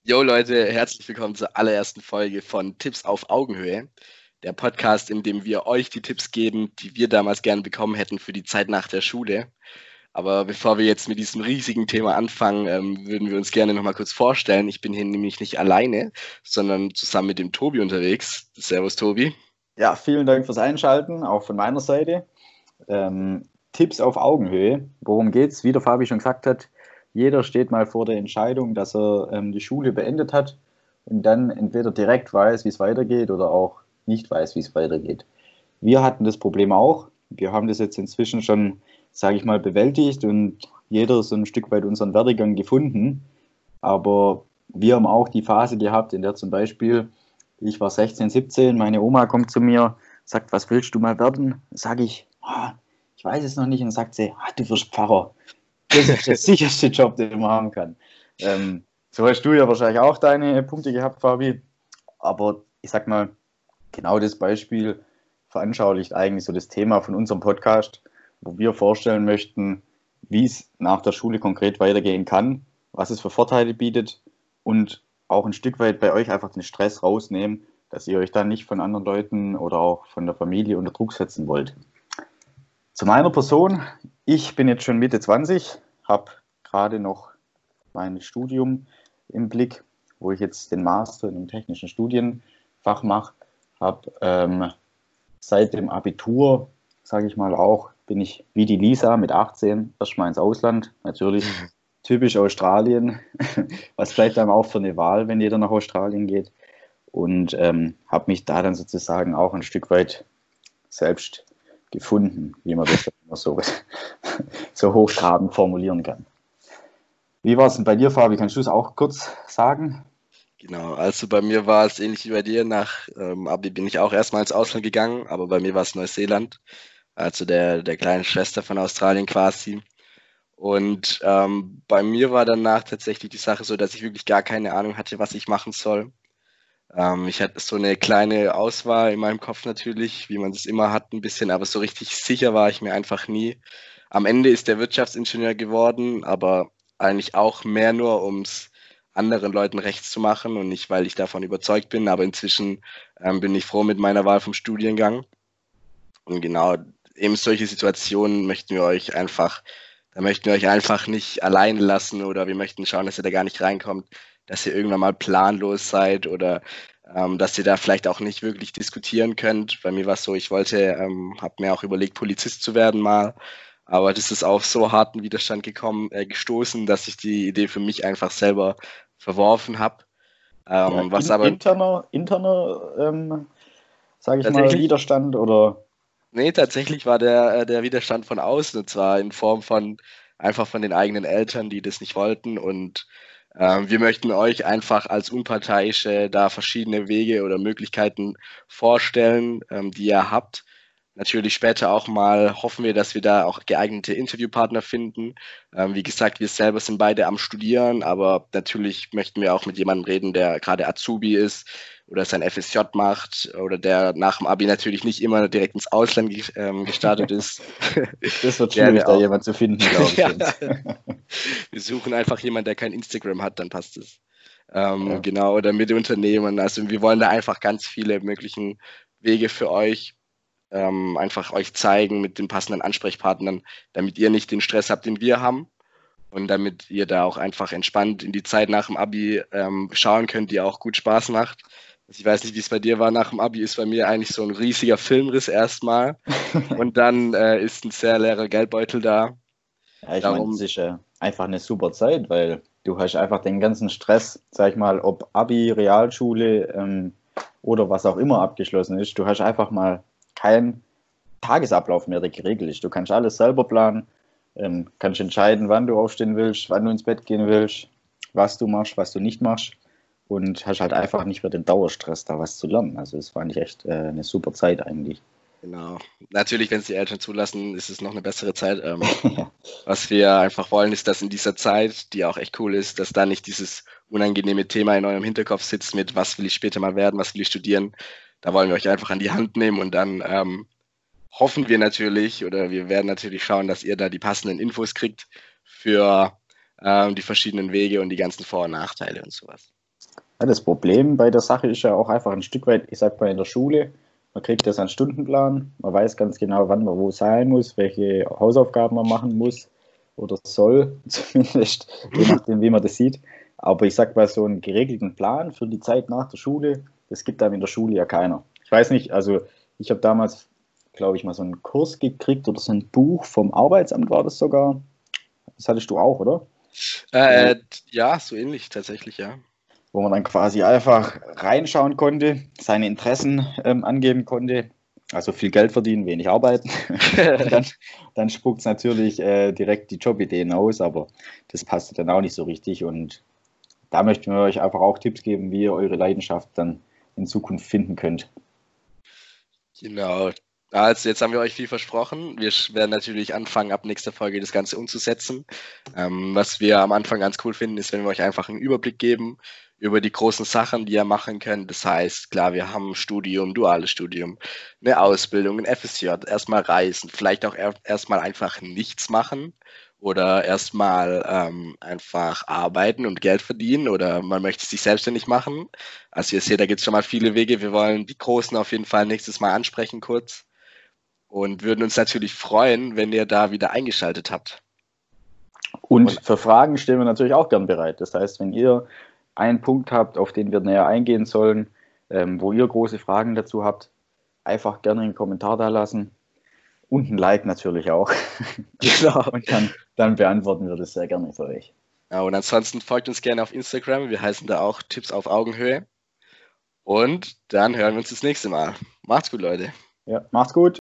Jo Leute, herzlich willkommen zur allerersten Folge von Tipps auf Augenhöhe, der Podcast, in dem wir euch die Tipps geben, die wir damals gerne bekommen hätten für die Zeit nach der Schule. Aber bevor wir jetzt mit diesem riesigen Thema anfangen, würden wir uns gerne nochmal kurz vorstellen. Ich bin hier nämlich nicht alleine, sondern zusammen mit dem Tobi unterwegs. Servus Tobi. Ja, vielen Dank fürs Einschalten, auch von meiner Seite. Tipps auf Augenhöhe. Worum geht's? Wie der Fabi schon gesagt hat, jeder steht mal vor der Entscheidung, dass er die Schule beendet hat und dann entweder direkt weiß, wie es weitergeht oder auch nicht weiß, wie es weitergeht. Wir hatten das Problem auch. Wir haben das jetzt inzwischen schon, sage ich mal, bewältigt und jeder so ein Stück weit unseren Werdegang gefunden. Aber wir haben auch die Phase gehabt, in der zum Beispiel, ich war 16, 17, meine Oma kommt zu mir, sagt, was willst du mal werden? Sage ich, ich weiß es noch nicht. Und sagt sie, du wirst Pfarrer. Das ist der sicherste Job, den man haben kann. So hast du ja wahrscheinlich auch deine Punkte gehabt, Fabi. Aber ich sag mal, genau das Beispiel veranschaulicht eigentlich so das Thema von unserem Podcast, wo wir vorstellen möchten, wie es nach der Schule konkret weitergehen kann, was es für Vorteile bietet und auch ein Stück weit bei euch einfach den Stress rausnehmen, dass ihr euch dann nicht von anderen Leuten oder auch von der Familie unter Druck setzen wollt. Zu meiner Person, ich bin jetzt schon Mitte 20, habe gerade noch mein Studium im Blick, wo ich jetzt den Master in einem technischen Studienfach mache, habe seit dem Abitur, sage ich mal auch, bin ich wie die Lisa mit 18 erstmal ins Ausland, natürlich typisch Australien, was bleibt einem auch für eine Wahl, wenn jeder nach Australien geht, und habe mich da dann sozusagen auch ein Stück weit selbst gefunden, wie man das immer so hochtrabend formulieren kann. Wie war es denn bei dir, Fabi? Kannst du es auch kurz sagen? Genau, also bei mir war es ähnlich wie bei dir. Nach Abi bin ich auch erstmal ins Ausland gegangen, aber bei mir war es Neuseeland, also der kleinen Schwester von Australien quasi. Und bei mir war danach tatsächlich die Sache so, dass ich wirklich gar keine Ahnung hatte, was ich machen soll. Ich hatte so eine kleine Auswahl in meinem Kopf natürlich, wie man es immer hat, ein bisschen, aber so richtig sicher war ich mir einfach nie. Am Ende ist der Wirtschaftsingenieur geworden, aber eigentlich auch mehr nur, um es anderen Leuten recht zu machen und nicht, weil ich davon überzeugt bin. Aber inzwischen bin ich froh mit meiner Wahl vom Studiengang. Und genau eben solche Situationen da möchten wir euch einfach nicht allein lassen oder wir möchten schauen, dass ihr da gar nicht reinkommt, dass ihr irgendwann mal planlos seid oder dass ihr da vielleicht auch nicht wirklich diskutieren könnt. Bei mir war es so, ich habe mir auch überlegt, Polizist zu werden mal, aber das ist auf so harten Widerstand gestoßen, dass ich die Idee für mich einfach selber verworfen habe. Interner, sage ich mal, Widerstand oder? Nee, tatsächlich war der Widerstand von außen, und zwar in Form von einfach von den eigenen Eltern, die das nicht wollten. Und wir möchten euch einfach als Unparteiische da verschiedene Wege oder Möglichkeiten vorstellen, die ihr habt. Natürlich später auch mal hoffen wir, dass wir da auch geeignete Interviewpartner finden. Wie gesagt, wir selber sind beide am Studieren, aber natürlich möchten wir auch mit jemandem reden, der gerade Azubi ist oder sein FSJ macht oder der nach dem Abi natürlich nicht immer direkt ins Ausland gestartet ist. Das wird schwierig, da jemand zu finden, glaube ich. Ja. Wir suchen einfach jemanden, der kein Instagram hat, dann passt es. Genau, oder mit Unternehmen. Also wir wollen da einfach ganz viele möglichen Wege für euch einfach euch zeigen mit den passenden Ansprechpartnern, damit ihr nicht den Stress habt, den wir haben und damit ihr da auch einfach entspannt in die Zeit nach dem Abi schauen könnt, die auch gut Spaß macht. Also ich weiß nicht, wie es bei dir war. Nach dem Abi ist bei mir eigentlich so ein riesiger Filmriss erstmal und dann ist ein sehr leerer Geldbeutel da. Ja, ich meine, das ist einfach eine super Zeit, weil du hast einfach den ganzen Stress, sag ich mal, ob Abi, Realschule oder was auch immer abgeschlossen ist. Du hast einfach mal keinen Tagesablauf mehr, der geregelt ist. Du kannst alles selber planen, kannst entscheiden, wann du aufstehen willst, wann du ins Bett gehen willst, was du machst, was du nicht machst, und hast halt einfach nicht mehr den Dauerstress, da was zu lernen. Also das fand ich echt eine super Zeit eigentlich. Genau. Natürlich, wenn es die Eltern zulassen, ist es noch eine bessere Zeit. Was wir einfach wollen, ist, dass in dieser Zeit, die auch echt cool ist, dass da nicht dieses unangenehme Thema in eurem Hinterkopf sitzt mit, was will ich später mal werden, was will ich studieren. Da wollen wir euch einfach an die Hand nehmen und dann hoffen wir natürlich oder wir werden natürlich schauen, dass ihr da die passenden Infos kriegt für die verschiedenen Wege und die ganzen Vor- und Nachteile und sowas. Ja, das Problem bei der Sache ist ja auch einfach ein Stück weit, ich sag mal in der Schule, man kriegt das einen Stundenplan, man weiß ganz genau, wann man wo sein muss, welche Hausaufgaben man machen muss oder soll, zumindest, je nachdem, wie man das sieht. Aber ich sag mal, so einen geregelten Plan für die Zeit nach der Schule, das gibt einem in der Schule ja keiner. Ich weiß nicht, also ich habe damals, glaube ich, mal so einen Kurs gekriegt oder so ein Buch vom Arbeitsamt war das sogar. Das hattest du auch, oder? Wo, Ja, so ähnlich tatsächlich, ja. wo man dann quasi einfach reinschauen konnte, seine Interessen angeben konnte. Also viel Geld verdienen, wenig arbeiten. Und dann spuckt es natürlich direkt die Jobideen aus, aber das passte dann auch nicht so richtig. Und da möchten wir euch einfach auch Tipps geben, wie ihr eure Leidenschaft dann in Zukunft finden könnt. Genau. Also jetzt haben wir euch viel versprochen. Wir werden natürlich anfangen, ab nächster Folge das Ganze umzusetzen. Was wir am Anfang ganz cool finden, ist, wenn wir euch einfach einen Überblick geben über die großen Sachen, die ihr machen könnt. Das heißt, klar, wir haben ein Studium, duales Studium, eine Ausbildung, ein FSJ, erstmal reisen, vielleicht auch erstmal einfach nichts machen oder erstmal einfach arbeiten und Geld verdienen oder man möchte sich selbstständig machen. Also ihr seht, da gibt es schon mal viele Wege. Wir wollen die Großen auf jeden Fall nächstes Mal ansprechen kurz und würden uns natürlich freuen, wenn ihr da wieder eingeschaltet habt. Und Und für Fragen stehen wir natürlich auch gern bereit. Das heißt, wenn ihr einen Punkt habt, auf den wir näher eingehen sollen, wo ihr große Fragen dazu habt, einfach gerne einen Kommentar da lassen und ein Like natürlich auch. genau. Und dann beantworten wir das sehr gerne für euch. Ja, und ansonsten folgt uns gerne auf Instagram. Wir heißen da auch Tipps auf Augenhöhe. Und dann hören wir uns das nächste Mal. Macht's gut, Leute. Ja, macht's gut.